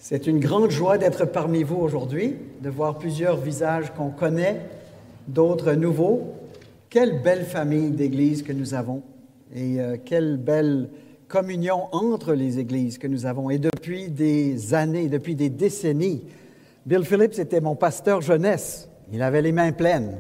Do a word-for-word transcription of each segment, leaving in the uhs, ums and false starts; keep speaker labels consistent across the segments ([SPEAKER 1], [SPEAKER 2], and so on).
[SPEAKER 1] C'est une grande joie d'être parmi vous aujourd'hui, de voir plusieurs visages qu'on connaît, d'autres nouveaux. Quelle belle famille d'églises que nous avons et euh, quelle belle communion entre les églises que nous avons. Et depuis des années, depuis des décennies, Bill Phillips était mon pasteur jeunesse. Il avait les mains pleines.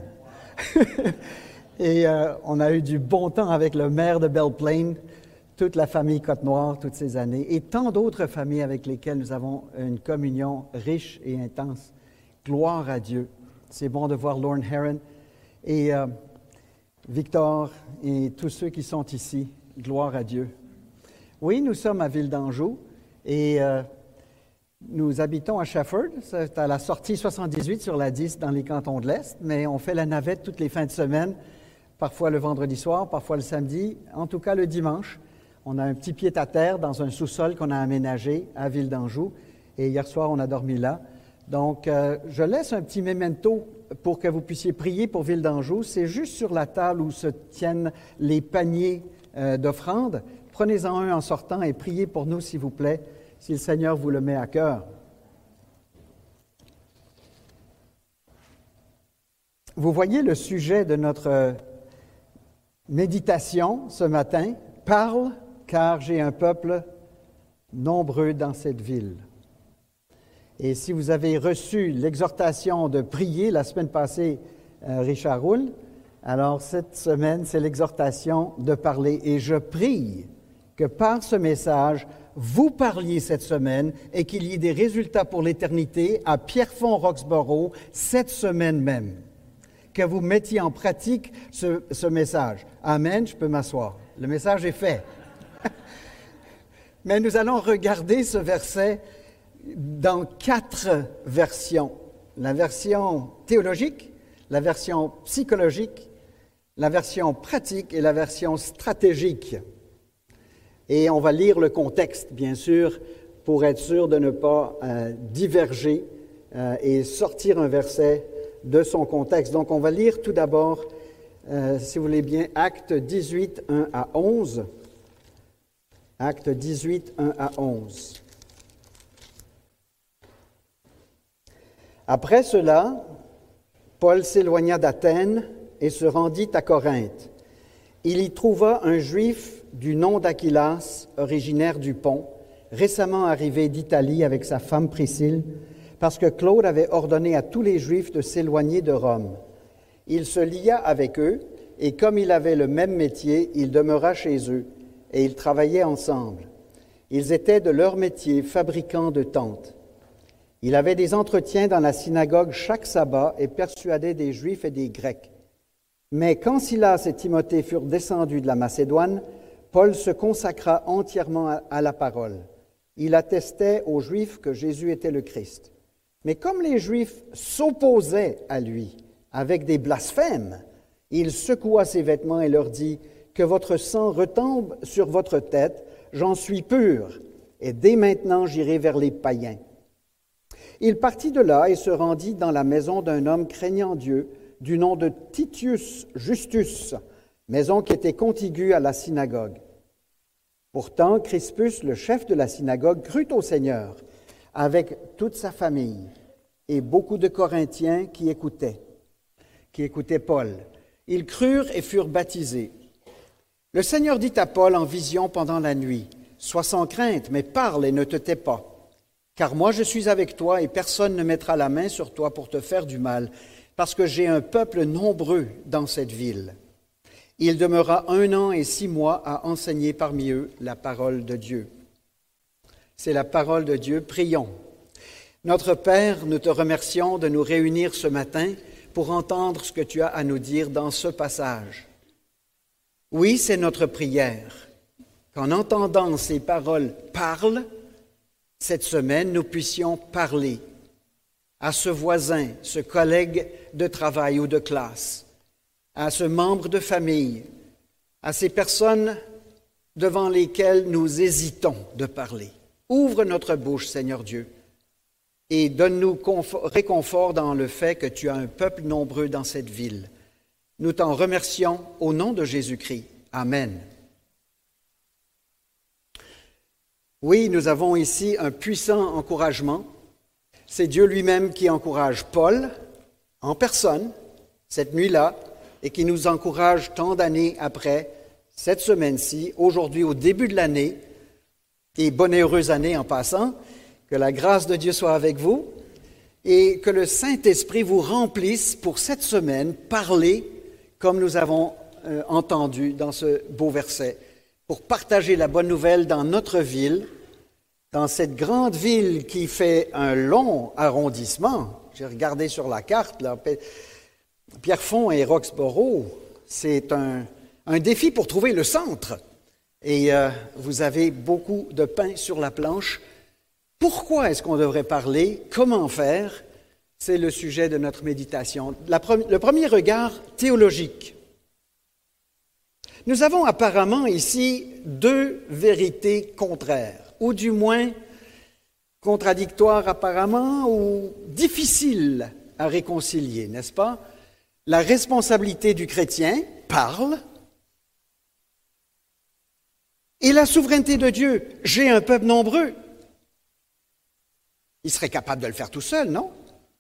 [SPEAKER 1] Et euh, on a eu du bon temps avec le maire de Belle Plaine, toute la famille Côte-Noire, toutes ces années, et tant d'autres familles avec lesquelles nous avons une communion riche et intense. Gloire à Dieu. C'est bon de voir Lorne Heron et euh, Victor et tous ceux qui sont ici. Gloire à Dieu. Oui, nous sommes à Ville d'Anjou et euh, nous habitons à Shefford. C'est à la sortie soixante-dix-huit sur la dix dans les cantons de l'Est, mais on fait la navette toutes les fins de semaine, parfois le vendredi soir, parfois le samedi, en tout cas le dimanche. On a un petit pied-à-terre dans un sous-sol qu'on a aménagé à Ville d'Anjou. Et hier soir, on a dormi là. Donc, euh, je laisse un petit memento pour que vous puissiez prier pour Ville d'Anjou. C'est juste sur la table où se tiennent les paniers euh, d'offrandes. Prenez-en un en sortant et priez pour nous, s'il vous plaît, si le Seigneur vous le met à cœur. Vous voyez le sujet de notre méditation ce matin. Parle, car j'ai un peuple nombreux dans cette ville. Et si vous avez reçu l'exhortation de prier la semaine passée, euh, Richard Roule, alors cette semaine, c'est l'exhortation de parler. Et je prie que par ce message, vous parliez cette semaine et qu'il y ait des résultats pour l'éternité à Pierrefonds-Roxborough cette semaine même. Que vous mettiez en pratique ce, ce message. Amen, je peux m'asseoir. Le message est fait. Mais nous allons regarder ce verset dans quatre versions. La version théologique, la version psychologique, la version pratique et la version stratégique. Et on va lire le contexte, bien sûr, pour être sûr de ne pas euh, diverger euh, et sortir un verset de son contexte. Donc, on va lire tout d'abord, euh, si vous voulez bien, Actes dix-huit, un à onze. Actes dix-huit, un à onze. Après cela, Paul s'éloigna d'Athènes et se rendit à Corinthe. Il y trouva un Juif du nom d'Aquilas, originaire du Pont, récemment arrivé d'Italie avec sa femme Priscille, parce que Claude avait ordonné à tous les Juifs de s'éloigner de Rome. Il se lia avec eux, et comme il avait le même métier, il demeura chez eux, et ils travaillaient ensemble. Ils étaient de leur métier fabricants de tentes. Il avait des entretiens dans la synagogue chaque sabbat et persuadait des Juifs et des Grecs. Mais quand Silas et Timothée furent descendus de la Macédoine, Paul se consacra entièrement à la parole. Il attestait aux Juifs que Jésus était le Christ. Mais comme les Juifs s'opposaient à lui avec des blasphèmes, il secoua ses vêtements et leur dit « Que votre sang retombe sur votre tête, j'en suis pur, et dès maintenant j'irai vers les païens. » Il partit de là et se rendit dans la maison d'un homme craignant Dieu, du nom de Titius Justus, maison qui était contiguë à la synagogue. Pourtant, Crispus, le chef de la synagogue, crut au Seigneur, avec toute sa famille, et beaucoup de Corinthiens qui écoutaient, qui écoutaient Paul. Ils crurent et furent baptisés. Le Seigneur dit à Paul en vision pendant la nuit, « Sois sans crainte, mais parle et ne te tais pas. Car moi je suis avec toi et personne ne mettra la main sur toi pour te faire du mal, parce que j'ai un peuple nombreux dans cette ville. » Il demeura un an et six mois à enseigner parmi eux la parole de Dieu. C'est la parole de Dieu. Prions. Notre Père, nous te remercions de nous réunir ce matin pour entendre ce que tu as à nous dire dans ce passage. Oui, c'est notre prière, qu'en entendant ces paroles « parle », cette semaine, nous puissions parler à ce voisin, ce collègue de travail ou de classe, à ce membre de famille, à ces personnes devant lesquelles nous hésitons de parler. Ouvre notre bouche, Seigneur Dieu, et donne-nous confort, réconfort dans le fait que tu as un peuple nombreux dans cette ville. Nous t'en remercions au nom de Jésus-Christ. Amen. Oui, nous avons ici un puissant encouragement. C'est Dieu lui-même qui encourage Paul en personne cette nuit-là et qui nous encourage tant d'années après, cette semaine-ci, aujourd'hui au début de l'année, et bonne et heureuse année en passant, que la grâce de Dieu soit avec vous et que le Saint-Esprit vous remplisse pour cette semaine, parler comme nous avons euh, entendu dans ce beau verset, pour partager la bonne nouvelle dans notre ville, dans cette grande ville qui fait un long arrondissement. J'ai regardé sur la carte, là, Pierrefonds et Roxborough, c'est un, un défi pour trouver le centre. Et euh, vous avez beaucoup de pain sur la planche. Pourquoi est-ce qu'on devrait parler? Comment faire? C'est le sujet de notre méditation. La pre- le premier regard théologique. Nous avons apparemment ici deux vérités contraires, ou du moins contradictoires apparemment, ou difficiles à réconcilier, n'est-ce pas? La responsabilité du chrétien parle, et la souveraineté de Dieu. J'ai un peuple nombreux. Il serait capable de le faire tout seul, non?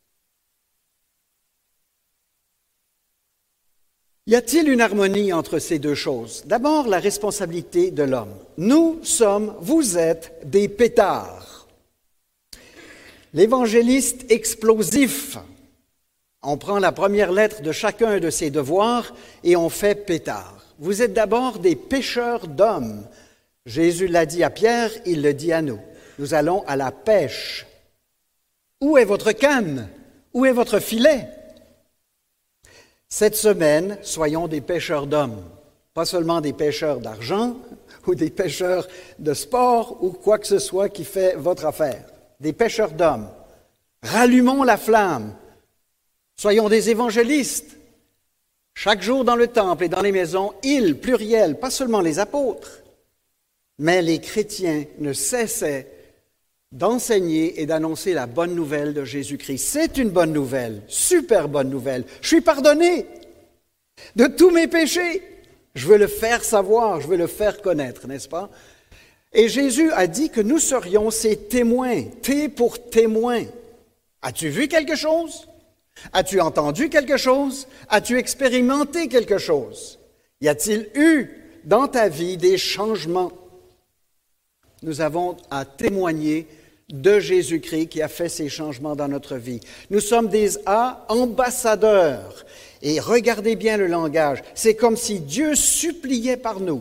[SPEAKER 1] Y a-t-il une harmonie entre ces deux choses? D'abord, la responsabilité de l'homme. Nous sommes, vous êtes des pétards. L'évangéliste explosif. On prend la première lettre de chacun de ses devoirs et on fait pétard. Vous êtes d'abord des pêcheurs d'hommes. Jésus l'a dit à Pierre, il le dit à nous. Nous allons à la pêche. Où est votre canne? Où est votre filet? Cette semaine, soyons des pêcheurs d'hommes, pas seulement des pêcheurs d'argent ou des pêcheurs de sport ou quoi que ce soit qui fait votre affaire. Des pêcheurs d'hommes. Rallumons la flamme. Soyons des évangélistes. Chaque jour dans le temple et dans les maisons, ils, pluriel, pas seulement les apôtres, mais les chrétiens ne cessaient d'enseigner et d'annoncer la bonne nouvelle de Jésus-Christ. C'est une bonne nouvelle, super bonne nouvelle. Je suis pardonné de tous mes péchés. Je veux le faire savoir, je veux le faire connaître, n'est-ce pas? Et Jésus a dit que nous serions ses témoins, T pour témoins. As-tu vu quelque chose? As-tu entendu quelque chose? As-tu expérimenté quelque chose? Y a-t-il eu dans ta vie des changements? Nous avons à témoigner de Jésus-Christ qui a fait ces changements dans notre vie. Nous sommes des A ambassadeurs. Et regardez bien le langage. C'est comme si Dieu suppliait par nous.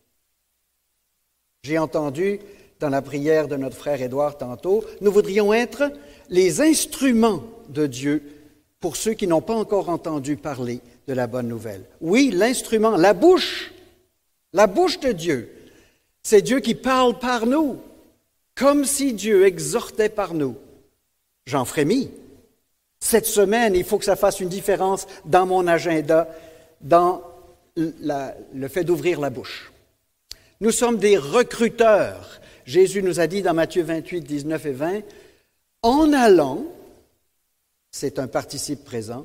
[SPEAKER 1] J'ai entendu dans la prière de notre frère Édouard tantôt, nous voudrions être les instruments de Dieu pour ceux qui n'ont pas encore entendu parler de la bonne nouvelle. Oui, l'instrument, la bouche, la bouche de Dieu. C'est Dieu qui parle par nous, comme si Dieu exhortait par nous. J'en frémis. Cette semaine, il faut que ça fasse une différence dans mon agenda, dans la, le fait d'ouvrir la bouche. Nous sommes des recruteurs. Jésus nous a dit dans Matthieu vingt-huit, dix-neuf et vingt, « En allant », c'est un participe présent,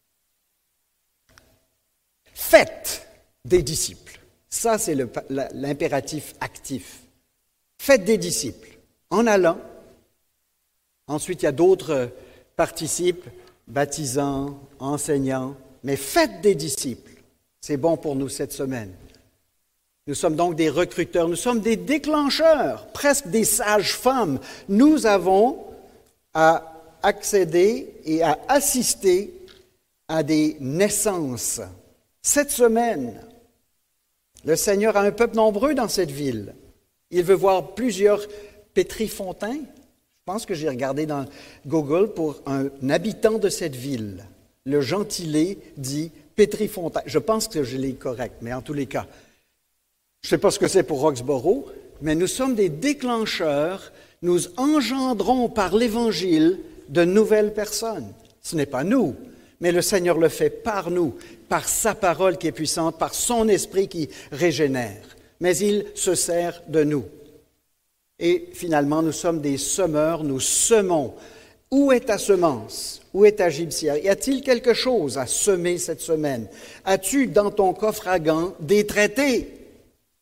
[SPEAKER 1] « faites des disciples ». Ça, c'est le, l'impératif actif. Faites des disciples en allant. Ensuite, il y a d'autres participes, baptisants, enseignants, mais faites des disciples. C'est bon pour nous cette semaine. Nous sommes donc des recruteurs, nous sommes des déclencheurs, presque des sages-femmes. Nous avons à accéder et à assister à des naissances. Cette semaine, le Seigneur a un peuple nombreux dans cette ville. Il veut voir plusieurs pétrifontins. Je pense que j'ai regardé dans Google pour un habitant de cette ville. Le gentilé dit pétrifontain. Je pense que je l'ai correct, mais en tous les cas, je ne sais pas ce que c'est pour Roxborough, mais nous sommes des déclencheurs. Nous engendrons par l'Évangile de nouvelles personnes. Ce n'est pas nous, mais le Seigneur le fait par nous, par sa parole qui est puissante, par son esprit qui régénère. Mais il se sert de nous. Et finalement, nous sommes des semeurs, nous semons. Où est ta semence? Où est ta gibecière? Y a-t-il quelque chose à semer cette semaine? As-tu dans ton coffre à gants des traités?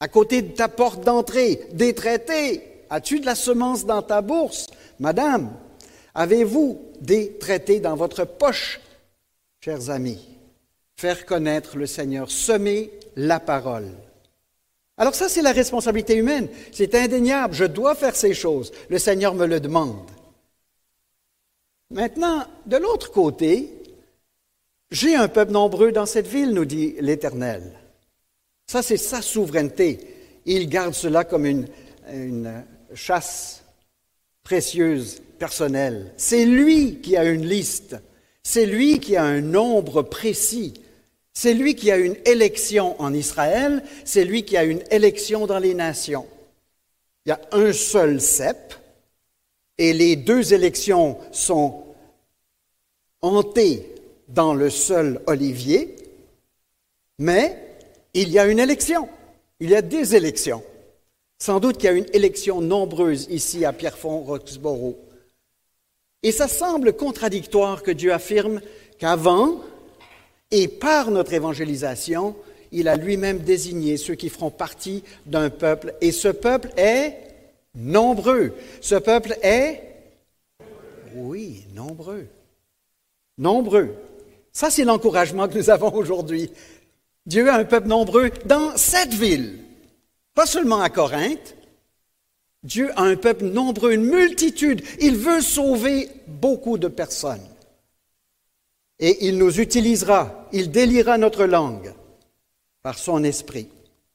[SPEAKER 1] à côté de ta porte d'entrée, des traités. As-tu de la semence dans ta bourse? Madame, avez-vous des traités dans votre poche, chers amis? Faire connaître le Seigneur, semer la parole. Alors ça, c'est la responsabilité humaine. C'est indéniable, je dois faire ces choses. Le Seigneur me le demande. Maintenant, de l'autre côté, j'ai un peuple nombreux dans cette ville, nous dit l'Éternel. Ça, c'est sa souveraineté. Il garde cela comme une, une chasse précieuse, personnelle. C'est lui qui a une liste. C'est lui qui a un nombre précis. C'est lui qui a une élection en Israël. C'est lui qui a une élection dans les nations. Il y a un seul cep et les deux élections sont hantées dans le seul olivier, mais il y a une élection. Il y a des élections. Sans doute qu'il y a une élection nombreuse ici à Pierrefonds-Roxboro. Et ça semble contradictoire que Dieu affirme qu'avant et par notre évangélisation, il a lui-même désigné ceux qui feront partie d'un peuple. Et ce peuple est nombreux. Ce peuple est, oui, nombreux. Nombreux. Ça, c'est l'encouragement que nous avons aujourd'hui. Dieu a un peuple nombreux dans cette ville. Pas seulement à Corinthe. Dieu a un peuple nombreux, une multitude. Il veut sauver beaucoup de personnes. Et il nous utilisera, il déliera notre langue par son esprit.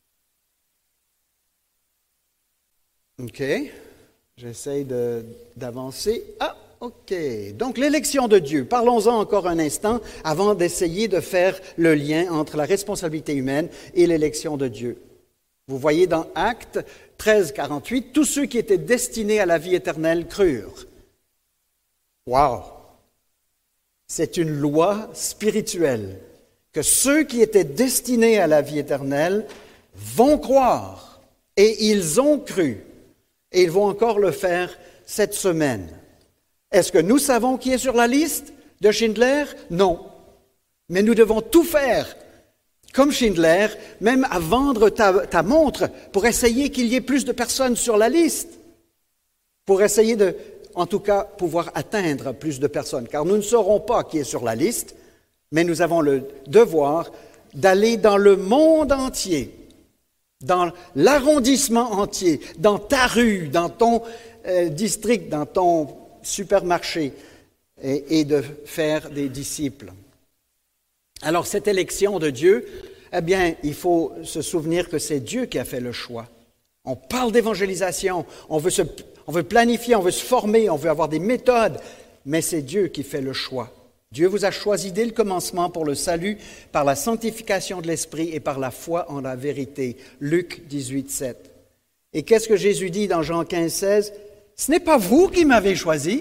[SPEAKER 1] OK, j'essaie de, d'avancer. Ah, OK. Donc l'élection de Dieu, parlons-en encore un instant avant d'essayer de faire le lien entre la responsabilité humaine et l'élection de Dieu. Vous voyez dans Actes treize, quarante-huit, tous ceux qui étaient destinés à la vie éternelle crurent. Wow! C'est une loi spirituelle que ceux qui étaient destinés à la vie éternelle vont croire. Et ils ont cru. Et ils vont encore le faire cette semaine. Est-ce que nous savons qui est sur la liste de Schindler? Non. Mais nous devons tout faire, comme Schindler, même à vendre ta, ta montre pour essayer qu'il y ait plus de personnes sur la liste. Pour essayer de... en tout cas, pouvoir atteindre plus de personnes, car nous ne saurons pas qui est sur la liste, mais nous avons le devoir d'aller dans le monde entier, dans l'arrondissement entier, dans ta rue, dans ton euh, district, dans ton supermarché, et, et de faire des disciples. Alors, cette élection de Dieu, eh bien, il faut se souvenir que c'est Dieu qui a fait le choix. On parle d'évangélisation, on veut se... On veut planifier, on veut se former, on veut avoir des méthodes, mais c'est Dieu qui fait le choix. Dieu vous a choisi dès le commencement pour le salut, par la sanctification de l'Esprit et par la foi en la vérité. Luc dix-huit, sept. Et qu'est-ce que Jésus dit dans Jean quinze, seize? Ce n'est pas vous qui m'avez choisi,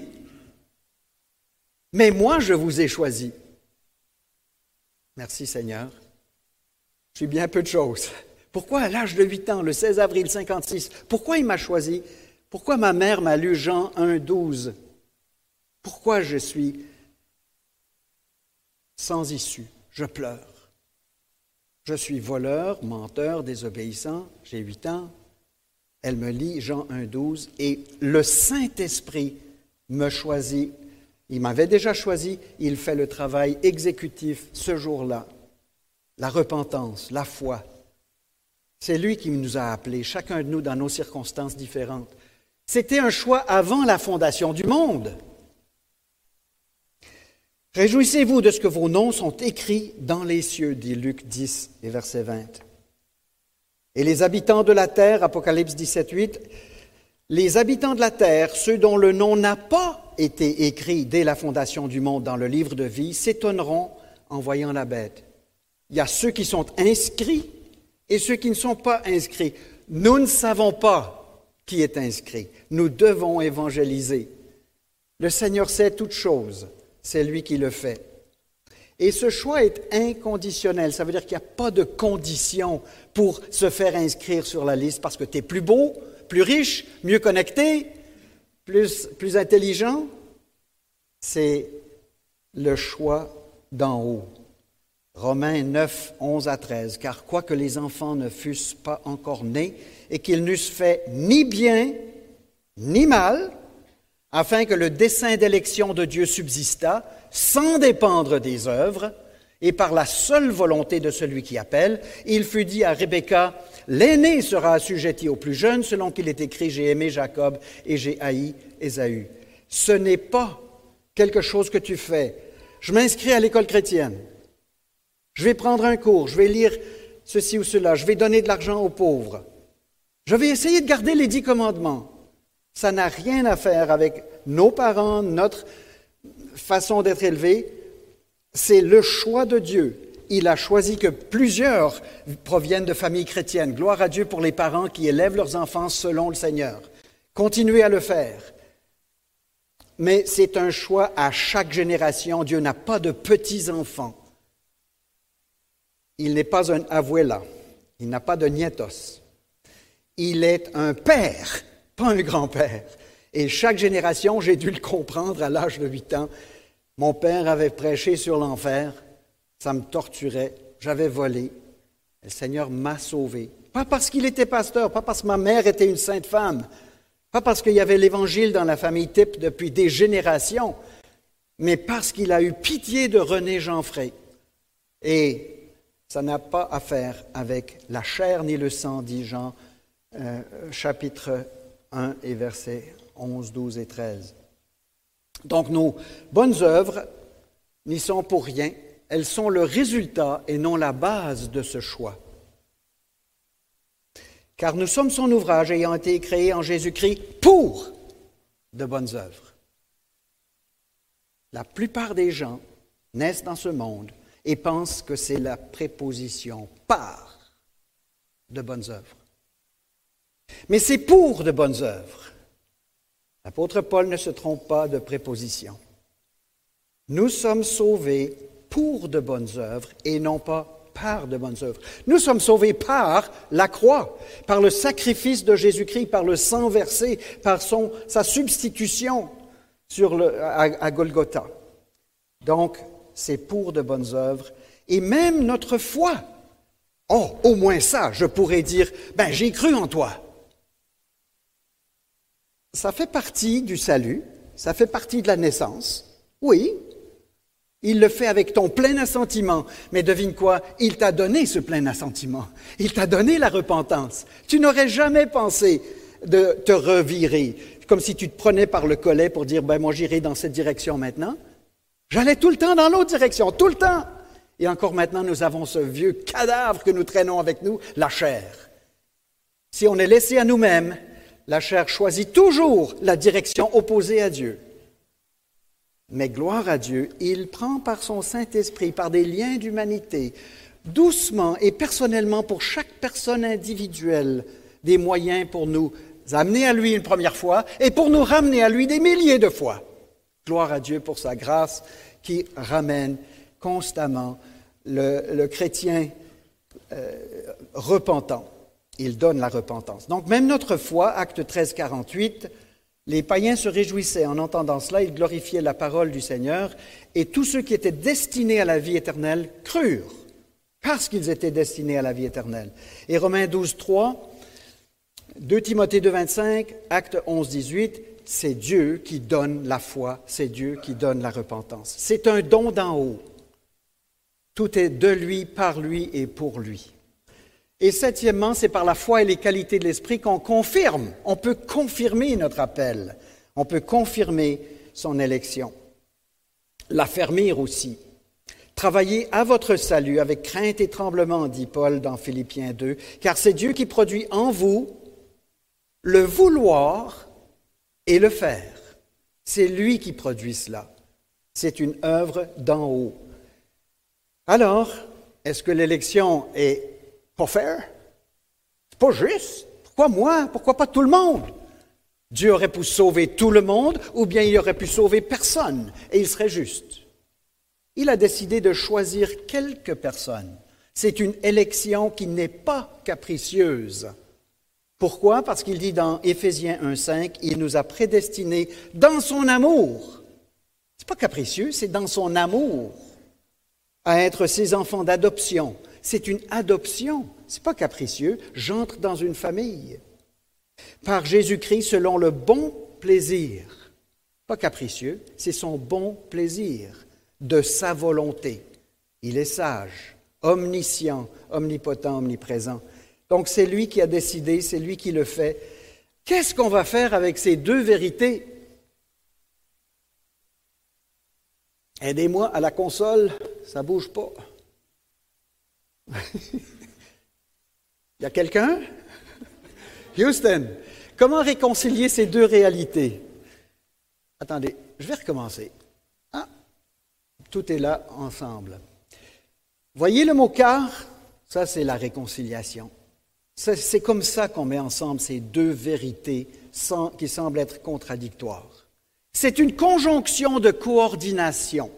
[SPEAKER 1] mais moi je vous ai choisi. Merci Seigneur. Je suis bien peu de choses. Pourquoi à l'âge de huit ans, le seize avril cinquante-six, pourquoi il m'a choisi? Pourquoi ma mère m'a lu Jean un, douze? Pourquoi je suis sans issue? Je pleure. Je suis voleur, menteur, désobéissant. J'ai huit ans. Elle me lit Jean un, douze. Et le Saint-Esprit me choisit. Il m'avait déjà choisi. Il fait le travail exécutif ce jour-là. La repentance, la foi. C'est lui qui nous a appelés, chacun de nous dans nos circonstances différentes. C'était un choix avant la fondation du monde. Réjouissez-vous de ce que vos noms sont écrits dans les cieux, dit Luc dix et verset vingt. Et les habitants de la terre, Apocalypse dix-sept, huit, les habitants de la terre, ceux dont le nom n'a pas été écrit dès la fondation du monde dans le livre de vie, s'étonneront en voyant la bête. Il y a ceux qui sont inscrits et ceux qui ne sont pas inscrits. Nous ne savons pas qui est inscrit. Nous devons évangéliser. Le Seigneur sait toutes choses. C'est lui qui le fait. Et ce choix est inconditionnel. Ça veut dire qu'il n'y a pas de condition pour se faire inscrire sur la liste parce que tu es plus beau, plus riche, mieux connecté, plus, plus intelligent. C'est le choix d'en haut. Romains neuf, onze à treize. Car quoique les enfants ne fussent pas encore nés et qu'ils n'eussent fait ni bien ni mal, afin que le dessein d'élection de Dieu subsistât, sans dépendre des œuvres, et par la seule volonté de celui qui appelle, il fut dit à Rebecca, « L'aîné sera assujetti au plus jeune, selon qu'il est écrit, j'ai aimé Jacob et j'ai haï Ésaü. » Ce n'est pas quelque chose que tu fais. Je m'inscris à l'école chrétienne. Je vais prendre un cours, je vais lire ceci ou cela, je vais donner de l'argent aux pauvres. Je vais essayer de garder les dix commandements. Ça n'a rien à faire avec nos parents, notre façon d'être élevé. C'est le choix de Dieu. Il a choisi que plusieurs proviennent de familles chrétiennes. Gloire à Dieu pour les parents qui élèvent leurs enfants selon le Seigneur. Continuez à le faire. Mais c'est un choix à chaque génération. Dieu n'a pas de petits-enfants. Il n'est pas un abuela. Il n'a pas de nietos. Il est un père, pas un grand-père. Et chaque génération, j'ai dû le comprendre à l'âge de huit ans. Mon père avait prêché sur l'enfer. Ça me torturait. J'avais volé. Le Seigneur m'a sauvé. Pas parce qu'il était pasteur, pas parce que ma mère était une sainte femme, pas parce qu'il y avait l'Évangile dans la famille type depuis des générations, mais parce qu'il a eu pitié de René Jeanfray. Et ça n'a pas à faire avec la chair ni le sang, dit Jean, euh, chapitre un et versets onze, douze et treize. Donc nos bonnes œuvres n'y sont pour rien. Elles sont le résultat et non la base de ce choix. Car nous sommes son ouvrage ayant été créé en Jésus-Christ pour de bonnes œuvres. La plupart des gens naissent dans ce monde et pensent que c'est la préposition par de bonnes œuvres. Mais c'est pour de bonnes œuvres. L'apôtre Paul ne se trompe pas de préposition. Nous sommes sauvés pour de bonnes œuvres et non pas par de bonnes œuvres. Nous sommes sauvés par la croix, par le sacrifice de Jésus-Christ, par le sang versé, par son, sa substitution sur le, à, à Golgotha. Donc, c'est pour de bonnes œuvres. Et même notre foi. Oh, au moins ça, je pourrais dire, ben j'ai cru en toi. Ça fait partie du salut, ça fait partie de la naissance. Oui, il le fait avec ton plein assentiment. Mais devine quoi? Il t'a donné ce plein assentiment. Il t'a donné la repentance. Tu n'aurais jamais pensé de te revirer, comme si tu te prenais par le collet pour dire, ben moi j'irai dans cette direction maintenant. J'allais tout le temps dans l'autre direction, tout le temps. Et encore maintenant, nous avons ce vieux cadavre que nous traînons avec nous, la chair. Si on est laissé à nous-mêmes, la chair choisit toujours la direction opposée à Dieu. Mais gloire à Dieu, il prend par son Saint-Esprit, par des liens d'humanité, doucement et personnellement pour chaque personne individuelle, des moyens pour nous amener à lui une première fois et pour nous ramener à lui des milliers de fois. Gloire à Dieu pour sa grâce qui ramène constamment le, le chrétien euh, repentant. Il donne la repentance. Donc même notre foi, acte treize, quarante-huit, les païens se réjouissaient en entendant cela, ils glorifiaient la parole du Seigneur, et tous ceux qui étaient destinés à la vie éternelle crurent, parce qu'ils étaient destinés à la vie éternelle. Et Romains douze, trois, deux Timothée deux, vingt-cinq, acte onze, dix-huit, c'est Dieu qui donne la foi, c'est Dieu qui donne la repentance. C'est un don d'en haut. Tout est de lui, par lui et pour lui. Et septièmement, c'est par la foi et les qualités de l'Esprit qu'on confirme, on peut confirmer notre appel, on peut confirmer son élection. L'affermir aussi. Travaillez à votre salut avec crainte et tremblement, dit Paul dans Philippiens deux, car c'est Dieu qui produit en vous le vouloir et le faire. C'est lui qui produit cela. C'est une œuvre d'en haut. Alors, est-ce que l'élection est pas faire? C'est pas juste. Pourquoi moi? Pourquoi pas tout le monde? Dieu aurait pu sauver tout le monde ou bien il aurait pu sauver personne et il serait juste. Il a décidé de choisir quelques personnes. C'est une élection qui n'est pas capricieuse. Pourquoi? Parce qu'il dit dans Éphésiens un, cinq, il nous a prédestinés dans son amour. C'est pas capricieux, c'est dans son amour. à être ses enfants d'adoption. C'est une adoption, ce n'est pas capricieux, j'entre dans une famille. Par Jésus-Christ selon le bon plaisir, pas capricieux, c'est son bon plaisir de sa volonté. Il est sage, omniscient, omnipotent, omniprésent. Donc c'est lui qui a décidé, c'est lui qui le fait. Qu'est-ce qu'on va faire avec ces deux vérités? Aidez-moi à la console, ça ne bouge pas. Il y a quelqu'un? Houston, comment réconcilier ces deux réalités? Attendez, je vais recommencer. Ah, tout est là ensemble. Voyez le mot « car », ça c'est la réconciliation. C'est comme ça qu'on met ensemble ces deux vérités sans, qui semblent être contradictoires. C'est une conjonction de coordination.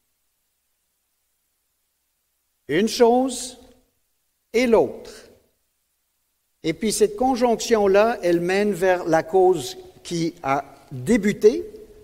[SPEAKER 1] Une chose et l'autre. Et puis cette conjonction-là, elle mène vers la cause qui a débuté,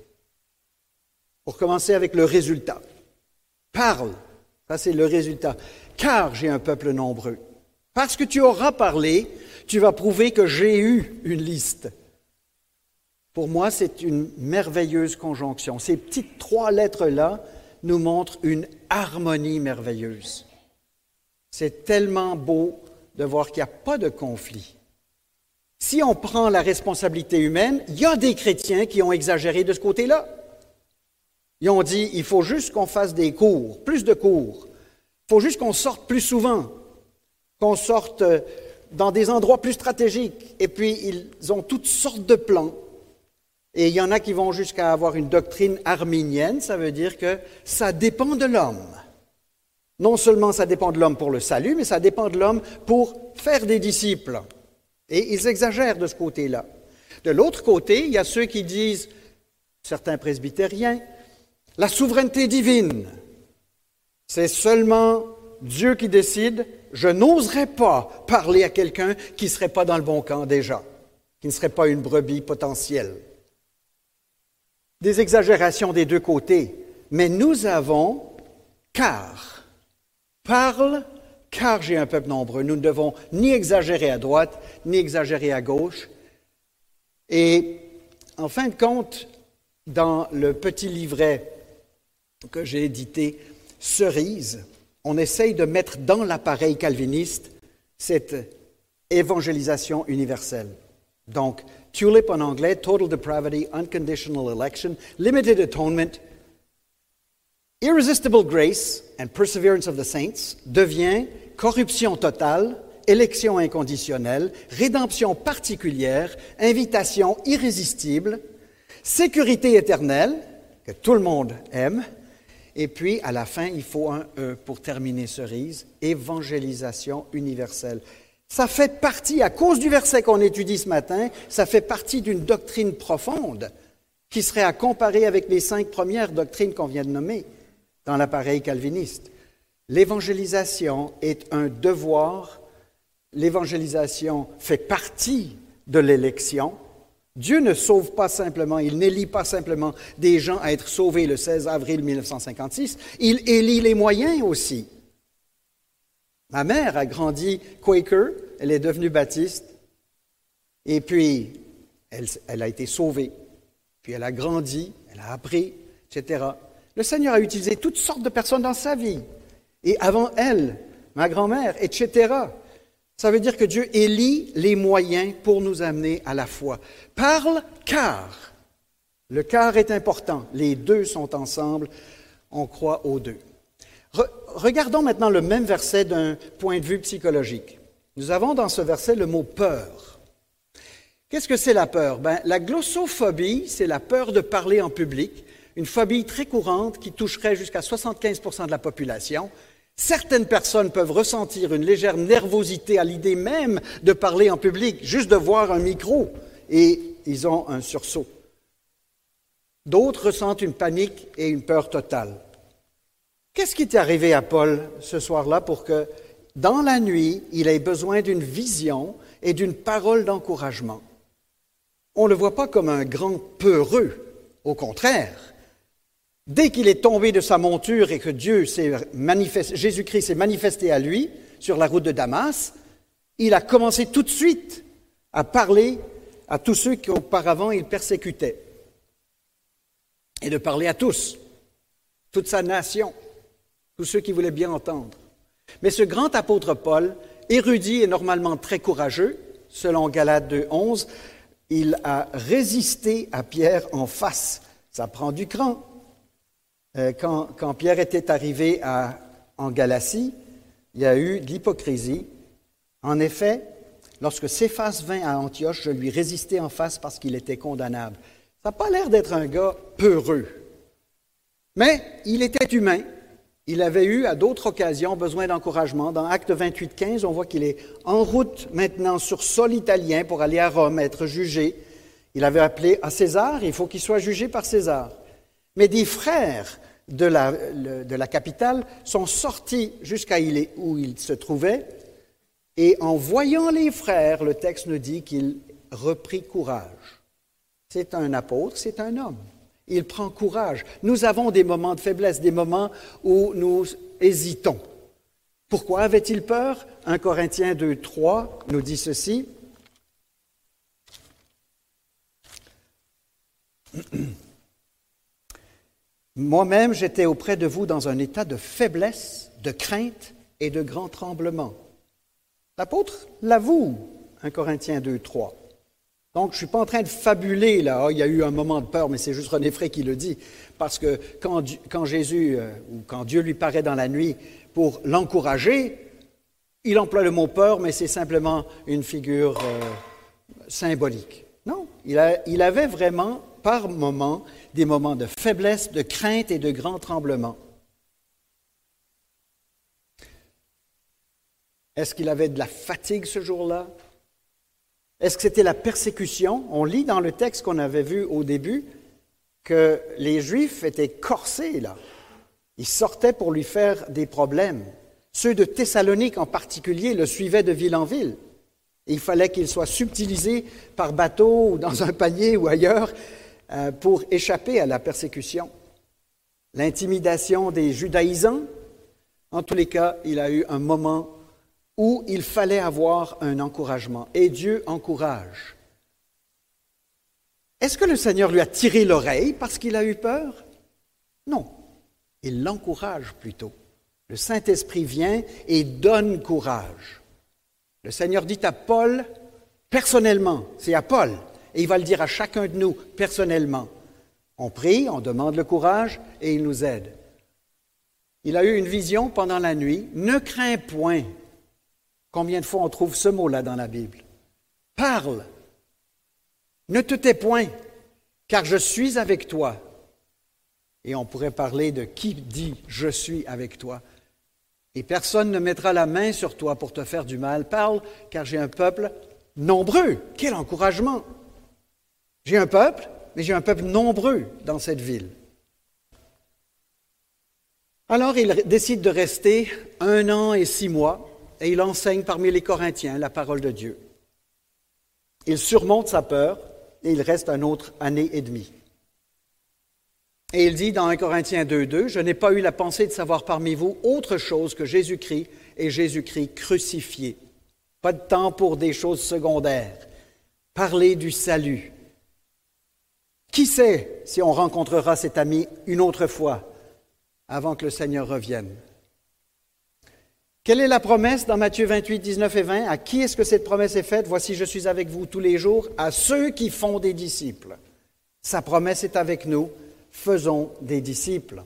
[SPEAKER 1] pour commencer avec le résultat. Parle, ça c'est le résultat. Car j'ai un peuple nombreux. Parce que tu auras parlé, tu vas prouver que j'ai eu une liste. Pour moi, c'est une merveilleuse conjonction. Ces petites trois lettres-là nous montrent une harmonie merveilleuse. C'est tellement beau de voir qu'il n'y a pas de conflit. Si on prend la responsabilité humaine, il y a des chrétiens qui ont exagéré de ce côté-là. Ils ont dit, il faut juste qu'on fasse des cours, plus de cours. Il faut juste qu'on sorte plus souvent, qu'on sorte dans des endroits plus stratégiques. Et puis, ils ont toutes sortes de plans. Et il y en a qui vont jusqu'à avoir une doctrine arminienne, ça veut dire que ça dépend de l'homme. Non seulement ça dépend de l'homme pour le salut, mais ça dépend de l'homme pour faire des disciples. Et ils exagèrent de ce côté-là. De l'autre côté, il y a ceux qui disent, certains presbytériens, la souveraineté divine, c'est seulement Dieu qui décide. Je n'oserais pas parler à quelqu'un qui ne serait pas dans le bon camp déjà, qui ne serait pas une brebis potentielle. Des exagérations des deux côtés, mais nous avons car, parle, car j'ai un peuple nombreux. Nous ne devons ni exagérer à droite, ni exagérer à gauche. Et en fin de compte, dans le petit livret que j'ai édité, Cerise, on essaye de mettre dans l'appareil calviniste cette évangélisation universelle. Donc, TULIP en anglais, Total Depravity, Unconditional Election, Limited Atonement, Irresistible Grace and Perseverance of the Saints devient corruption totale, élection inconditionnelle, rédemption particulière, invitation irrésistible, sécurité éternelle, que tout le monde aime, et puis à la fin, il faut un E pour terminer cerise, évangélisation universelle. Ça fait partie, à cause du verset qu'on étudie ce matin, ça fait partie d'une doctrine profonde qui serait à comparer avec les cinq premières doctrines qu'on vient de nommer dans l'appareil calviniste. L'évangélisation est un devoir, l'évangélisation fait partie de l'élection. Dieu ne sauve pas simplement, il n'élit pas simplement des gens à être sauvés le seize avril mille neuf cent cinquante-six, il élit les moyens aussi. Ma mère a grandi Quaker, elle est devenue baptiste, et puis elle, elle a été sauvée, puis elle a grandi, elle a appris, et cetera. Le Seigneur a utilisé toutes sortes de personnes dans sa vie, et avant elle, ma grand-mère, et cetera. Ça veut dire que Dieu élit les moyens pour nous amener à la foi. Parle car. Le car est important. Les deux sont ensemble. On croit aux deux. Re- regardons maintenant le même verset d'un point de vue psychologique. Nous avons dans ce verset le mot peur. Qu'est-ce que c'est la peur? Ben, la glossophobie, c'est la peur de parler en public, une phobie très courante qui toucherait jusqu'à soixante-quinze pour cent de la population. Certaines personnes peuvent ressentir une légère nervosité à l'idée même de parler en public, juste de voir un micro, et ils ont un sursaut. D'autres ressentent une panique et une peur totale. Qu'est-ce qui est arrivé à Paul ce soir-là pour que, dans la nuit, il ait besoin d'une vision et d'une parole d'encouragement? On ne le voit pas comme un grand peureux, au contraire. Dès qu'il est tombé de sa monture et que Dieu s'est manifesté, Jésus-Christ s'est manifesté à lui sur la route de Damas, il a commencé tout de suite à parler à tous ceux qu'auparavant il persécutait. Et de parler à tous, toute sa nation, tous ceux qui voulaient bien entendre. Mais ce grand apôtre Paul, érudit et normalement très courageux, selon Galates deux, onze, il a résisté à Pierre en face. Ça prend du cran. Euh, quand, quand Pierre était arrivé à, en Galatie, il y a eu de l'hypocrisie. En effet, lorsque Céphas vint à Antioche, je lui résistai en face parce qu'il était condamnable. Ça n'a pas l'air d'être un gars peureux. Mais il était humain. Il avait eu, à d'autres occasions, besoin d'encouragement. Dans Actes vingt-huit, quinze, on voit qu'il est en route maintenant sur sol italien pour aller à Rome, être jugé. Il avait appelé à César, il faut qu'il soit jugé par César. Mais des frères de la, de la capitale sont sortis jusqu'à où il se trouvait, et en voyant les frères, le texte nous dit qu'il reprit courage. C'est un apôtre, c'est un homme. Il prend courage. Nous avons des moments de faiblesse, des moments où nous hésitons. Pourquoi avait-il peur? un Corinthiens deux, trois nous dit ceci. Moi-même, j'étais auprès de vous dans un état de faiblesse, de crainte et de grand tremblement. L'apôtre l'avoue, un Corinthiens deux, trois. Donc, je ne suis pas en train de fabuler, là, oh, il y a eu un moment de peur, mais c'est juste René Frey qui le dit, parce que quand, quand Jésus, euh, ou quand Dieu lui paraît dans la nuit pour l'encourager, il emploie le mot peur, mais c'est simplement une figure euh, symbolique. Non, il, a, il avait vraiment, par moments, des moments de faiblesse, de crainte et de grand tremblement. Est-ce qu'il avait de la fatigue ce jour-là? Est-ce que c'était la persécution? On lit dans le texte qu'on avait vu au début que les Juifs étaient corsés, là. Ils sortaient pour lui faire des problèmes. Ceux de Thessalonique en particulier le suivaient de ville en ville. Et il fallait qu'il soit subtilisé par bateau ou dans un panier ou ailleurs euh, pour échapper à la persécution. L'intimidation des judaïsants, en tous les cas, il a eu un moment où il fallait avoir un encouragement. Et Dieu encourage. Est-ce que le Seigneur lui a tiré l'oreille parce qu'il a eu peur? Non. Il l'encourage plutôt. Le Saint-Esprit vient et donne courage. Le Seigneur dit à Paul, personnellement, c'est à Paul, et il va le dire à chacun de nous personnellement. On prie, on demande le courage et il nous aide. Il a eu une vision pendant la nuit. Ne crains point. Combien de fois on trouve ce mot-là dans la Bible? Parle. Ne te tais point, car je suis avec toi. Et on pourrait parler de qui dit « je suis avec toi ». Et personne ne mettra la main sur toi pour te faire du mal. Parle, car j'ai un peuple nombreux. Quel encouragement! J'ai un peuple, mais j'ai un peuple nombreux dans cette ville. Alors il décide de rester un an et six mois. Et il enseigne parmi les Corinthiens la parole de Dieu. Il surmonte sa peur et il reste une autre année et demie. Et il dit dans un Corinthiens deux, deux, « Je n'ai pas eu la pensée de savoir parmi vous autre chose que Jésus-Christ et Jésus-Christ crucifié. » Pas de temps pour des choses secondaires. Parler du salut. Qui sait si on rencontrera cet ami une autre fois avant que le Seigneur revienne? Quelle est la promesse dans Matthieu vingt-huit, dix-neuf et vingt? À qui est-ce que cette promesse est faite? Voici, je suis avec vous tous les jours, à ceux qui font des disciples. Sa promesse est avec nous, faisons des disciples.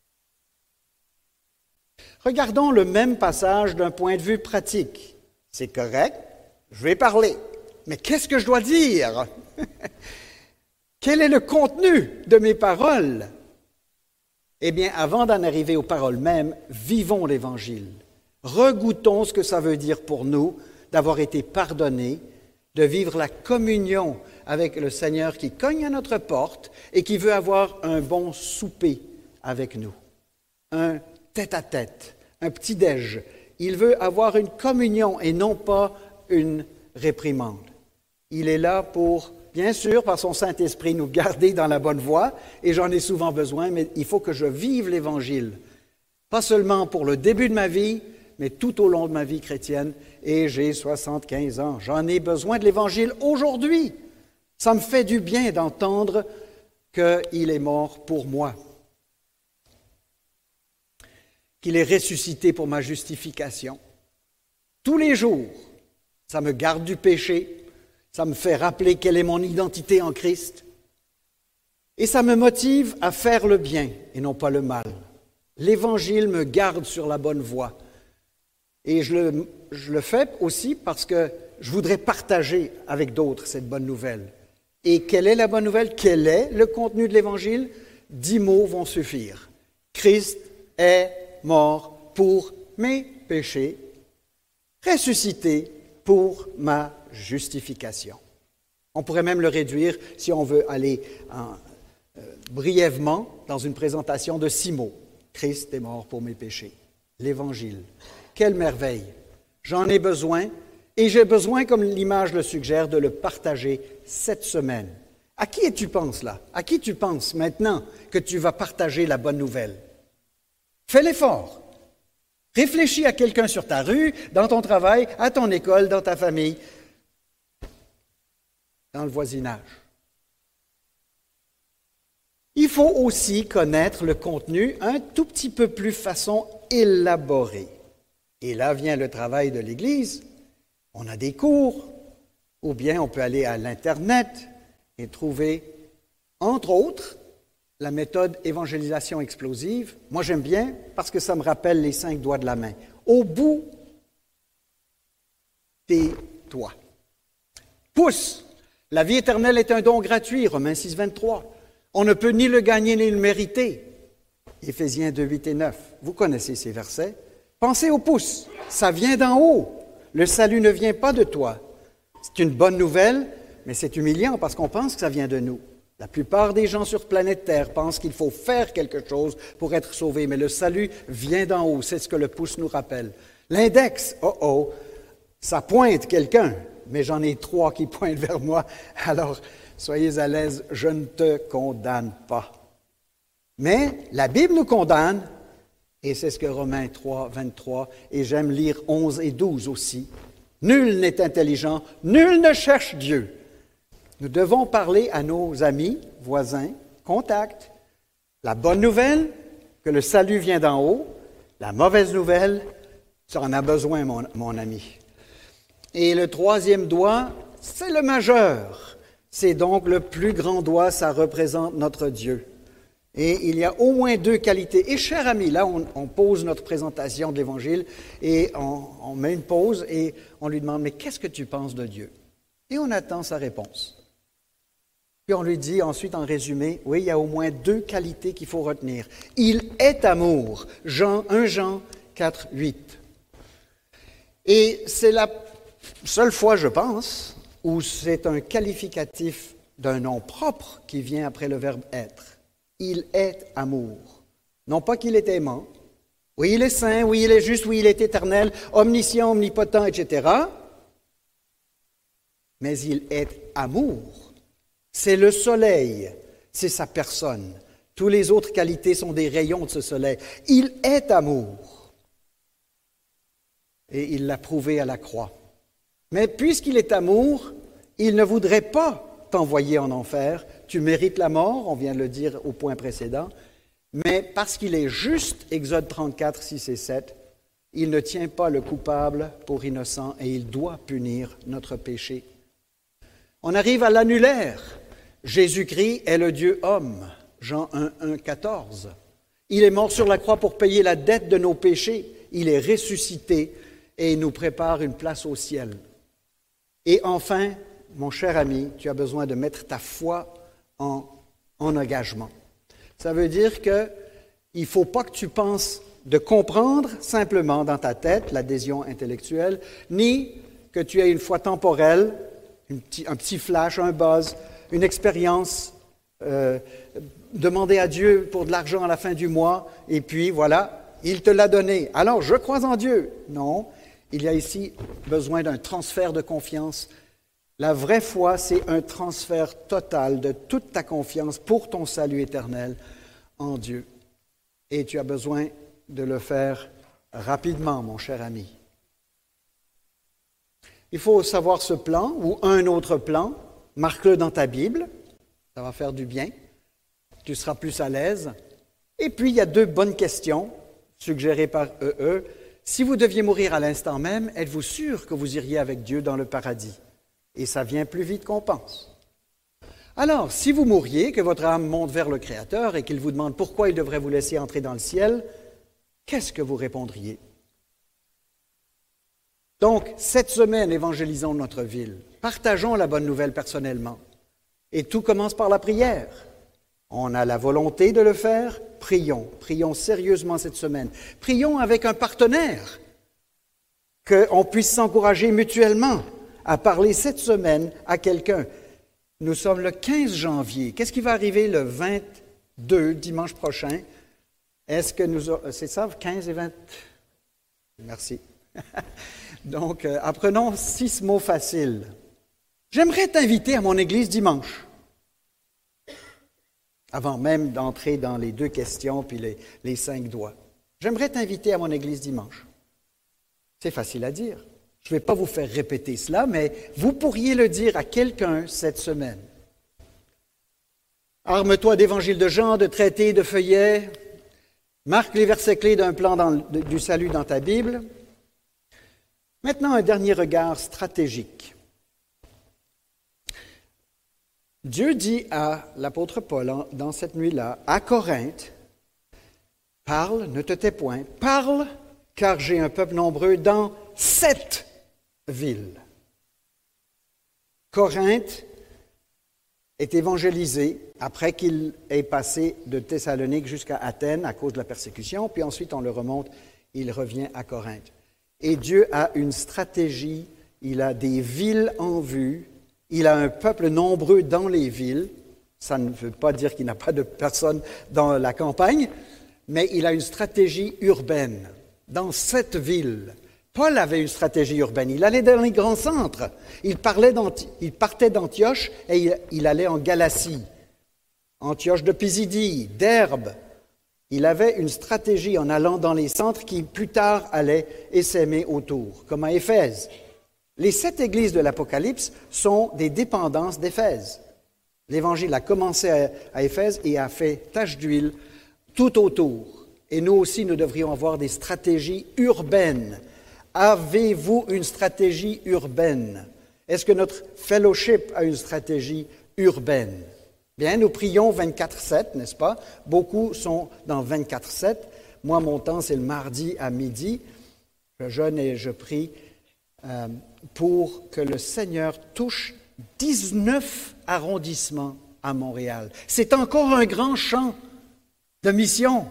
[SPEAKER 1] Regardons le même passage d'un point de vue pratique. C'est correct, je vais parler, mais qu'est-ce que je dois dire? Quel est le contenu de mes paroles? Eh bien, avant d'en arriver aux paroles mêmes, vivons l'Évangile. Regoutons ce que ça veut dire pour nous d'avoir été pardonnés, de vivre la communion avec le Seigneur qui cogne à notre porte et qui veut avoir un bon souper avec nous, un tête-à-tête, un petit-déj. Il veut avoir une communion et non pas une réprimande. Il est là pour bien sûr, par son Saint-Esprit, nous garder dans la bonne voie, et j'en ai souvent besoin, mais il faut que je vive l'Évangile. Pas seulement pour le début de ma vie, mais tout au long de ma vie chrétienne. Et j'ai soixante-quinze ans. J'en ai besoin de l'Évangile aujourd'hui. Ça me fait du bien d'entendre qu'il est mort pour moi, qu'il est ressuscité pour ma justification. Tous les jours, ça me garde du péché, ça me fait rappeler quelle est mon identité en Christ, et ça me motive à faire le bien et non pas le mal. L'Évangile me garde sur la bonne voie. Et je le, je le fais aussi parce que je voudrais partager avec d'autres cette bonne nouvelle. Et quelle est la bonne nouvelle? Quel est le contenu de l'Évangile? Dix mots vont suffire. Christ est mort pour mes péchés, ressuscité pour ma justification. On pourrait même le réduire, si on veut aller en, euh, brièvement, dans une présentation de six mots. Christ est mort pour mes péchés. L'Évangile. Quelle merveille! J'en ai besoin, et j'ai besoin, comme l'image le suggère, de le partager cette semaine. À qui tu penses là? À qui tu penses maintenant que tu vas partager la bonne nouvelle? Fais l'effort. Réfléchis à quelqu'un sur ta rue, dans ton travail, à ton école, dans ta famille, dans le voisinage. Il faut aussi connaître le contenu un tout petit peu plus façon élaborée. Et là vient le travail de l'Église. On a des cours, ou bien on peut aller à l'Internet et trouver, entre autres, la méthode évangélisation explosive. Moi, j'aime bien parce que ça me rappelle les cinq doigts de la main. Au bout des doigts. Pouce. La vie éternelle est un don gratuit, Romains six, vingt-trois. On ne peut ni le gagner ni le mériter, Éphésiens deux, huit et neuf. Vous connaissez ces versets. Pensez au pouce. Ça vient d'en haut. Le salut ne vient pas de toi. C'est une bonne nouvelle, mais c'est humiliant parce qu'on pense que ça vient de nous. La plupart des gens sur planète Terre pensent qu'il faut faire quelque chose pour être sauvé, mais le salut vient d'en haut. C'est ce que le pouce nous rappelle. L'index, oh oh, ça pointe quelqu'un, mais j'en ai trois qui pointent vers moi. Alors, soyez à l'aise, je ne te condamne pas. Mais la Bible nous condamne, et c'est ce que Romains trois, vingt-trois, et j'aime lire onze et douze aussi. Nul n'est intelligent, nul ne cherche Dieu. Nous devons parler à nos amis, voisins, contacts. La bonne nouvelle, que le salut vient d'en haut. La mauvaise nouvelle, tu en as besoin, mon, mon ami. Et le troisième doigt, c'est le majeur. C'est donc le plus grand doigt, ça représente notre Dieu. Et il y a au moins deux qualités. Et cher ami, là, on, on pose notre présentation de l'Évangile et on, on met une pause et on lui demande, mais qu'est-ce que tu penses de Dieu? Et on attend sa réponse. Puis on lui dit ensuite en résumé, oui, il y a au moins deux qualités qu'il faut retenir. Il est amour, Jean, premier Jean quatre, huit. Et c'est la seule fois, je pense, où c'est un qualificatif d'un nom propre qui vient après le verbe être. Il est amour. Non pas qu'il est aimant. Oui, il est saint, oui, il est juste, oui, il est éternel, omniscient, omnipotent, et cetera. Mais il est amour. C'est le soleil, c'est sa personne. Toutes les autres qualités sont des rayons de ce soleil. Il est amour. Et il l'a prouvé à la croix. Mais puisqu'il est amour, il ne voudrait pas t'envoyer en enfer. Tu mérites la mort, on vient de le dire au point précédent. Mais parce qu'il est juste, Exode trente-quatre, six et sept, il ne tient pas le coupable pour innocent et il doit punir notre péché. On arrive à l'annulaire. Jésus-Christ est le Dieu homme, Jean un, un, quatorze. Il est mort sur la croix pour payer la dette de nos péchés. Il est ressuscité et il nous prépare une place au ciel. Et enfin, mon cher ami, tu as besoin de mettre ta foi en, en engagement. Ça veut dire qu'il ne faut pas que tu penses de comprendre simplement dans ta tête l'adhésion intellectuelle, ni que tu aies une foi temporelle, une petit, un petit flash, un buzz, une expérience, euh, demander à Dieu pour de l'argent à la fin du mois, et puis voilà, il te l'a donné. Alors, je crois en Dieu. Non, il y a ici besoin d'un transfert de confiance La vraie foi, c'est un transfert total de toute ta confiance pour ton salut éternel en Dieu. Et tu as besoin de le faire rapidement, mon cher ami. Il faut savoir ce plan ou un autre plan. Marque-le dans ta Bible. Ça va faire du bien. Tu seras plus à l'aise. Et puis, il y a deux bonnes questions suggérées par E E. Si vous deviez mourir à l'instant même, êtes-vous sûr que vous iriez avec Dieu dans le paradis? Et ça vient plus vite qu'on pense. Alors, si vous mouriez, que votre âme monte vers le Créateur et qu'il vous demande pourquoi il devrait vous laisser entrer dans le ciel, qu'est-ce que vous répondriez? Donc, cette semaine, évangélisons notre ville. Partageons la bonne nouvelle personnellement. Et tout commence par la prière. On a la volonté de le faire, prions. Prions sérieusement cette semaine. Prions avec un partenaire, qu'on puisse s'encourager mutuellement à parler cette semaine à quelqu'un. Nous sommes le quinze janvier. Qu'est-ce qui va arriver le vingt-deux, dimanche prochain? Est-ce que nous... C'est ça, quinze et vingt? Merci. Donc, euh, apprenons six mots faciles. J'aimerais t'inviter à mon église dimanche. Avant même d'entrer dans les deux questions puis les, les cinq doigts. J'aimerais t'inviter à mon église dimanche. C'est facile à dire. Je ne vais pas vous faire répéter cela, mais vous pourriez le dire à quelqu'un cette semaine. Arme-toi d'évangile de Jean, de traités, de feuillets. Marque les versets clés d'un plan dans, de, du salut dans ta Bible. Maintenant, un dernier regard stratégique. Dieu dit à l'apôtre Paul dans cette nuit-là, à Corinthe, « Parle, ne te tais point, parle, car j'ai un peuple nombreux dans cette ville. » Corinthe est évangélisé après qu'il ait passé de Thessalonique jusqu'à Athènes à cause de la persécution, puis ensuite on le remonte, il revient à Corinthe. Et Dieu a une stratégie, il a des villes en vue, il a un peuple nombreux dans les villes. Ça ne veut pas dire qu'il n'a pas de personnes dans la campagne, mais il a une stratégie urbaine dans cette ville. Paul avait une stratégie urbaine. Il allait dans les grands centres. Il, parlait il partait d'Antioche et il, il allait en Galatie, Antioche de Pisidie, d'Herbe. Il avait une stratégie en allant dans les centres qui, plus tard, allaient essaimer autour, comme à Éphèse. Les sept églises de l'Apocalypse sont des dépendances d'Éphèse. L'Évangile a commencé à, à Éphèse et a fait tache d'huile tout autour. Et nous aussi, nous devrions avoir des stratégies urbaines. Avez-vous une stratégie urbaine? Est-ce que notre fellowship a une stratégie urbaine? Bien, nous prions vingt-quatre sept, n'est-ce pas? Beaucoup sont dans vingt-quatre sept. Moi, mon temps, c'est le mardi à midi. Je jeûne et je prie euh, pour que le Seigneur touche dix-neuf arrondissements à Montréal. C'est encore un grand champ de mission.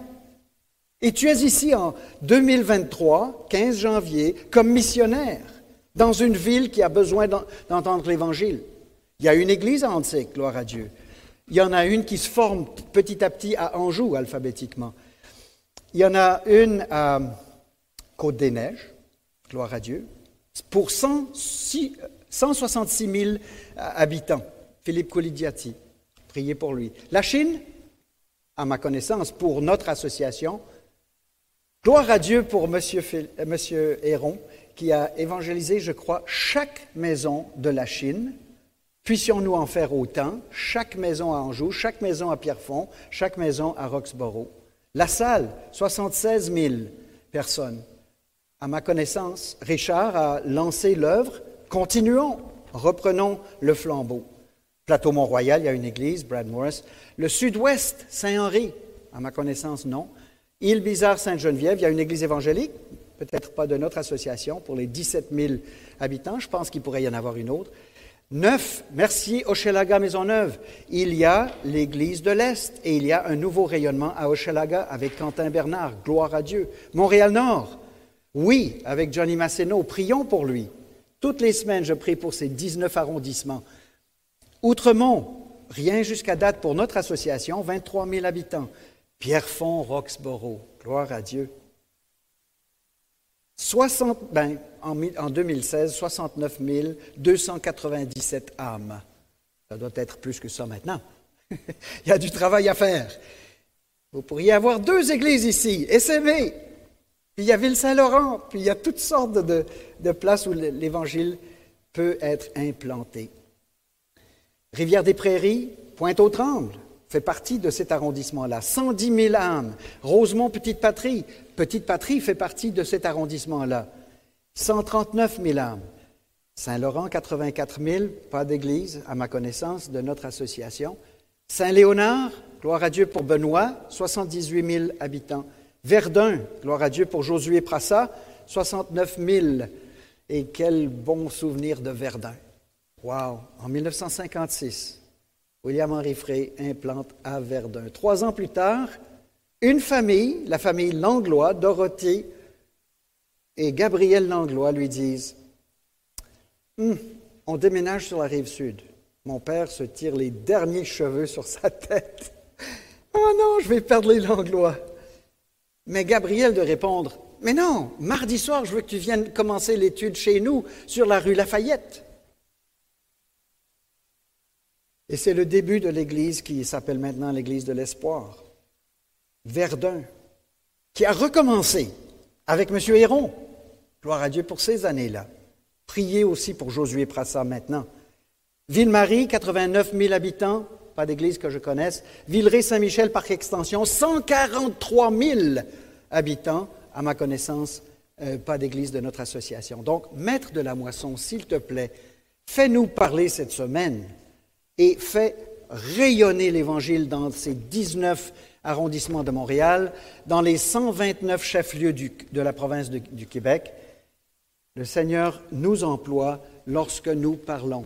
[SPEAKER 1] Et tu es ici en deux mille vingt-trois, quinze janvier, comme missionnaire dans une ville qui a besoin d'entendre l'Évangile. Il y a une église à Antique, gloire à Dieu. Il y en a une qui se forme petit à petit à Anjou, alphabétiquement. Il y en a une à Côte-des-Neiges, gloire à Dieu, pour cent soixante-six mille habitants. Philippe Koulidiati, priez pour lui. La Chine, à ma connaissance, pour notre association, gloire à Dieu pour M. Monsieur Héron, qui a évangélisé, je crois, chaque maison de la Chine. Puissions-nous en faire autant, chaque maison à Anjou, chaque maison à Pierrefonds, chaque maison à Roxborough. La salle, soixante-seize mille personnes. À ma connaissance, Richard a lancé l'œuvre. Continuons, reprenons le flambeau. Plateau Mont-Royal, il y a une église, Brad Morris. Le sud-ouest, Saint-Henri, à ma connaissance, non. Île-Bizarre, Sainte-Geneviève, il y a une église évangélique, peut-être pas de notre association, pour les dix-sept mille habitants. Je pense qu'il pourrait y en avoir une autre. Neuf, Mercier, Hochelaga, Maisonneuve. Il y a l'église de l'Est et il y a un nouveau rayonnement à Hochelaga avec Quentin Bernard, gloire à Dieu. Montréal-Nord, oui, avec Johnny Masséno, prions pour lui. Toutes les semaines, je prie pour ces dix-neuf arrondissements. Outremont, rien jusqu'à date pour notre association, vingt-trois mille habitants. Pierrefonds, Roxborough, gloire à Dieu. soixante, ben, en, en deux mille seize, soixante-neuf mille deux cent quatre-vingt-dix-sept âmes. Ça doit être plus que ça maintenant. Il y a du travail à faire. Vous pourriez avoir deux églises ici, S M A, puis il y a Ville-Saint-Laurent, puis il y a toutes sortes de, de places où l'Évangile peut être implanté. Rivière-des-Prairies, Pointe-aux-Trembles fait partie de cet arrondissement-là. cent dix mille âmes. Rosemont-Petite-Patrie, Petite-Patrie fait partie de cet arrondissement-là. cent trente-neuf mille âmes. Saint-Laurent, quatre-vingt-quatre mille, pas d'église, à ma connaissance, de notre association. Saint-Léonard, gloire à Dieu pour Benoît, soixante-dix-huit mille habitants. Verdun, gloire à Dieu pour Josué Prassa, soixante-neuf mille. Et quel bon souvenir de Verdun. Wow! En mille neuf cent cinquante-six, William-Henri Frey implante à Verdun. Trois ans plus tard, une famille, la famille Langlois, Dorothée et Gabriel Langlois, lui disent hum, « On déménage sur la rive sud. » Mon père se tire les derniers cheveux sur sa tête. « Oh non, je vais perdre les Langlois. » Mais Gabriel de répondre « Mais non, mardi soir, je veux que tu viennes commencer l'étude chez nous, sur la rue Lafayette. » Et c'est le début de l'Église qui s'appelle maintenant l'Église de l'Espoir. Verdun, qui a recommencé avec M. Héron. Gloire à Dieu pour ces années-là. Priez aussi pour Josué Prassa maintenant. Ville-Marie, quatre-vingt-neuf mille habitants, pas d'église que je connaisse. Villeray-Saint-Michel, Parc Extension, cent quarante-trois mille habitants, à ma connaissance, euh, pas d'église de notre association. Donc, maître de la moisson, s'il te plaît, fais-nous parler cette semaine et fais rayonner l'Évangile dans ces dix-neuf arrondissements de Montréal, dans les cent vingt-neuf chefs-lieux du, de la province de, du Québec. Le Seigneur nous emploie lorsque nous parlons.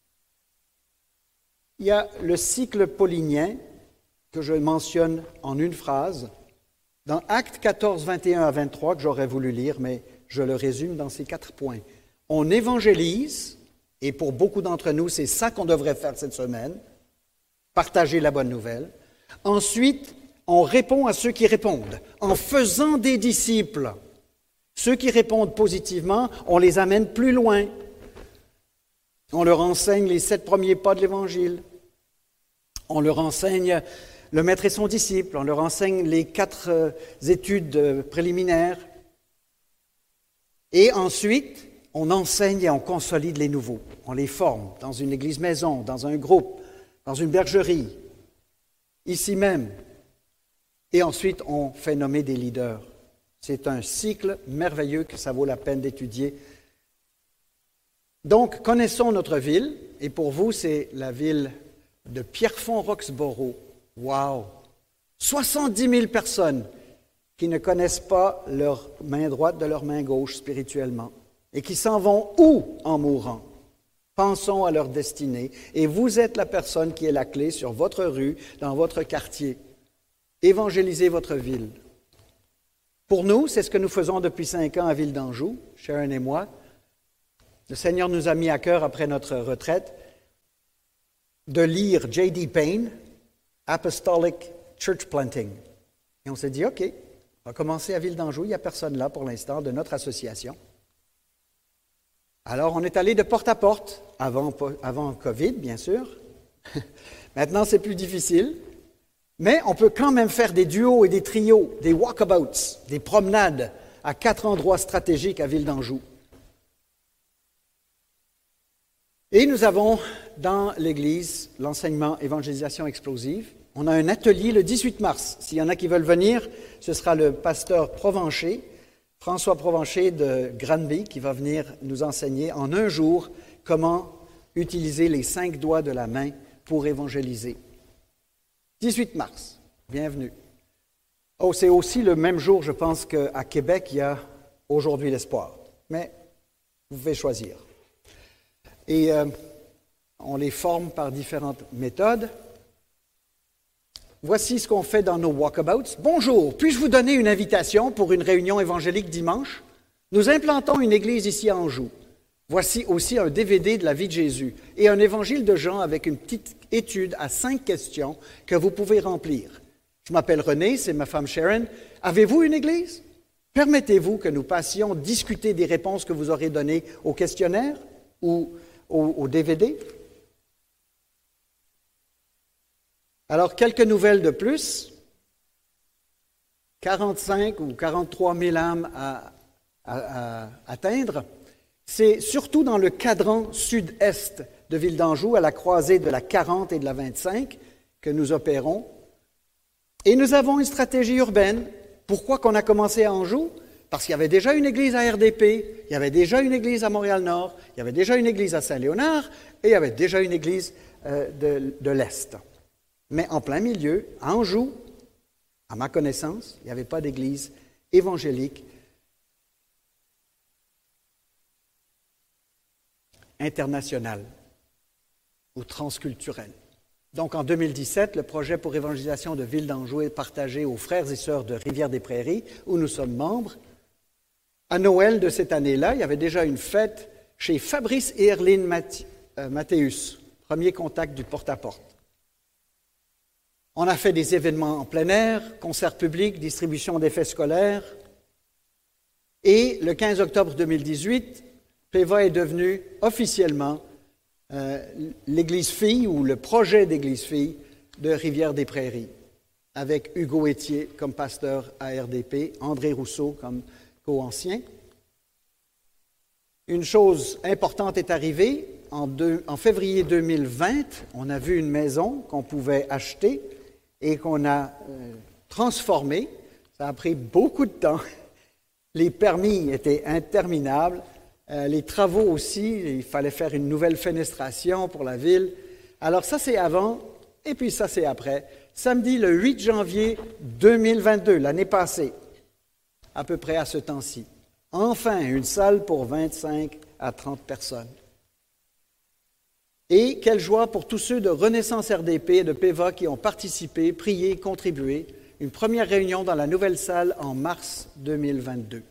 [SPEAKER 1] Il y a le cycle paulinien que je mentionne en une phrase, dans Actes quatorze, vingt et un à vingt-trois, que j'aurais voulu lire, mais je le résume dans ces quatre points. On évangélise, et pour beaucoup d'entre nous, c'est ça qu'on devrait faire cette semaine, partager la bonne nouvelle. Ensuite, on répond à ceux qui répondent, en faisant des disciples. Ceux qui répondent positivement, on les amène plus loin. On leur enseigne les sept premiers pas de l'Évangile. On leur enseigne le maître et son disciple. On leur enseigne les quatre euh, études euh, préliminaires. Et ensuite, on enseigne et on consolide les nouveaux. On les forme dans une église maison, dans un groupe, dans une bergerie, ici même. Et ensuite, on fait nommer des leaders. C'est un cycle merveilleux que ça vaut la peine d'étudier. Donc, connaissons notre ville, et pour vous, c'est la ville de Pierrefonds-Roxborough. Wow! soixante-dix mille personnes qui ne connaissent pas leur main droite de leur main gauche spirituellement, et qui s'en vont où en mourant? Pensons à leur destinée, et vous êtes la personne qui est la clé sur votre rue, dans votre quartier. Évangélisez votre ville. Pour nous, c'est ce que nous faisons depuis cinq ans à Ville d'Anjou, Sharon et moi. Le Seigneur nous a mis à cœur, après notre retraite, de lire J D Payne, Apostolic Church Planting. Et on s'est dit, OK, on va commencer à Ville d'Anjou. Il n'y a personne là pour l'instant de notre association. Alors, on est allé de porte à porte, avant, avant COVID, bien sûr. Maintenant, c'est plus difficile. Mais on peut quand même faire des duos et des trios, des walkabouts, des promenades à quatre endroits stratégiques à Ville d'Anjou. Et nous avons dans l'Église l'enseignement évangélisation explosive. On a un atelier le dix-huit mars. S'il y en a qui veulent venir, ce sera le pasteur Provencher, François Provencher de Granby, qui va venir nous enseigner en un jour comment utiliser les cinq doigts de la main pour évangéliser. dix-huit mars, bienvenue. Oh, c'est aussi le même jour, je pense, qu'à Québec, il y a Aujourd'hui l'Espoir. Mais vous pouvez choisir. Et euh, on les forme par différentes méthodes. Voici ce qu'on fait dans nos walkabouts. Bonjour, puis-je vous donner une invitation pour une réunion évangélique dimanche? Nous implantons une église ici à Anjou. Voici aussi un D V D de la vie de Jésus et un évangile de Jean avec une petite étude à cinq questions que vous pouvez remplir. Je m'appelle René, c'est ma femme Sharon. Avez-vous une église? Permettez-vous que nous passions discuter des réponses que vous aurez données au questionnaire ou au, au D V D? Alors, quelques nouvelles de plus. quarante-cinq ou quarante-trois mille âmes à, à, à atteindre. C'est surtout dans le cadran sud-est de Ville d'Anjou, à la croisée de la quarante et de la vingt-cinq, que nous opérons. Et nous avons une stratégie urbaine. Pourquoi qu'on a commencé à Anjou? Parce qu'il y avait déjà une église à R D P, il y avait déjà une église à Montréal-Nord, il y avait déjà une église à Saint-Léonard et il y avait déjà une église euh, de, de l'Est. Mais en plein milieu, à Anjou, à ma connaissance, il n'y avait pas d'église évangélique internationale ou transculturelle. Donc, en deux mille dix-sept, le projet pour évangélisation de Ville d'Anjou est partagé aux frères et sœurs de Rivière-des-Prairies, où nous sommes membres. À Noël de cette année-là, il y avait déjà une fête chez Fabrice et Erline Math- euh, Mathéus, premier contact du porte-à-porte. On a fait des événements en plein air, concerts publics, distribution d'effets scolaires. Et le quinze octobre deux mille dix-huit, P E V A est devenu officiellement Euh, l'Église Fille ou le projet d'Église Fille de Rivière-des-Prairies, avec Hugo Étier comme pasteur à R D P, André Rousseau comme co-ancien. Une chose importante est arrivée. En, deux, en février deux mille vingt, on a vu une maison qu'on pouvait acheter et qu'on a euh, transformée. Ça a pris beaucoup de temps. Les permis étaient interminables. Euh, les travaux aussi, il fallait faire une nouvelle fenestration pour la ville. Alors ça, c'est avant, et puis ça, c'est après. Samedi, le huit janvier deux mille vingt-deux, l'année passée, à peu près à ce temps-ci. Enfin, une salle pour vingt-cinq à trente personnes. Et quelle joie pour tous ceux de Renaissance R D P et de P E V A qui ont participé, prié, contribué. Une première réunion dans la nouvelle salle en mars deux mille vingt-deux.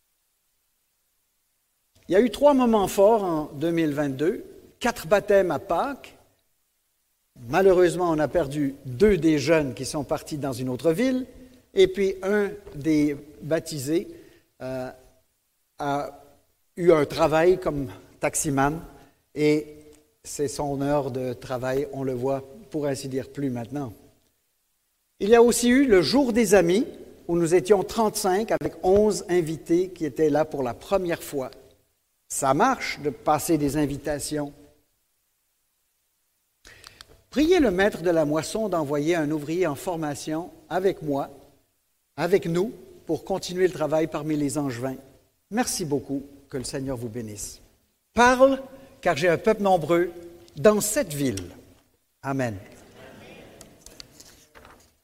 [SPEAKER 1] Il y a eu trois moments forts en deux mille vingt-deux, quatre baptêmes à Pâques. Malheureusement, on a perdu deux des jeunes qui sont partis dans une autre ville, et puis un des baptisés euh, a eu un travail comme taximan, et c'est son heure de travail, on le voit pour ainsi dire plus maintenant. Il y a aussi eu le jour des amis, où nous étions trente-cinq avec onze invités qui étaient là pour la première fois. Ça marche de passer des invitations. Priez le maître de la moisson d'envoyer un ouvrier en formation avec moi, avec nous, pour continuer le travail parmi les Angevins. Merci beaucoup, que le Seigneur vous bénisse. Parle, car j'ai un peuple nombreux dans cette ville. Amen.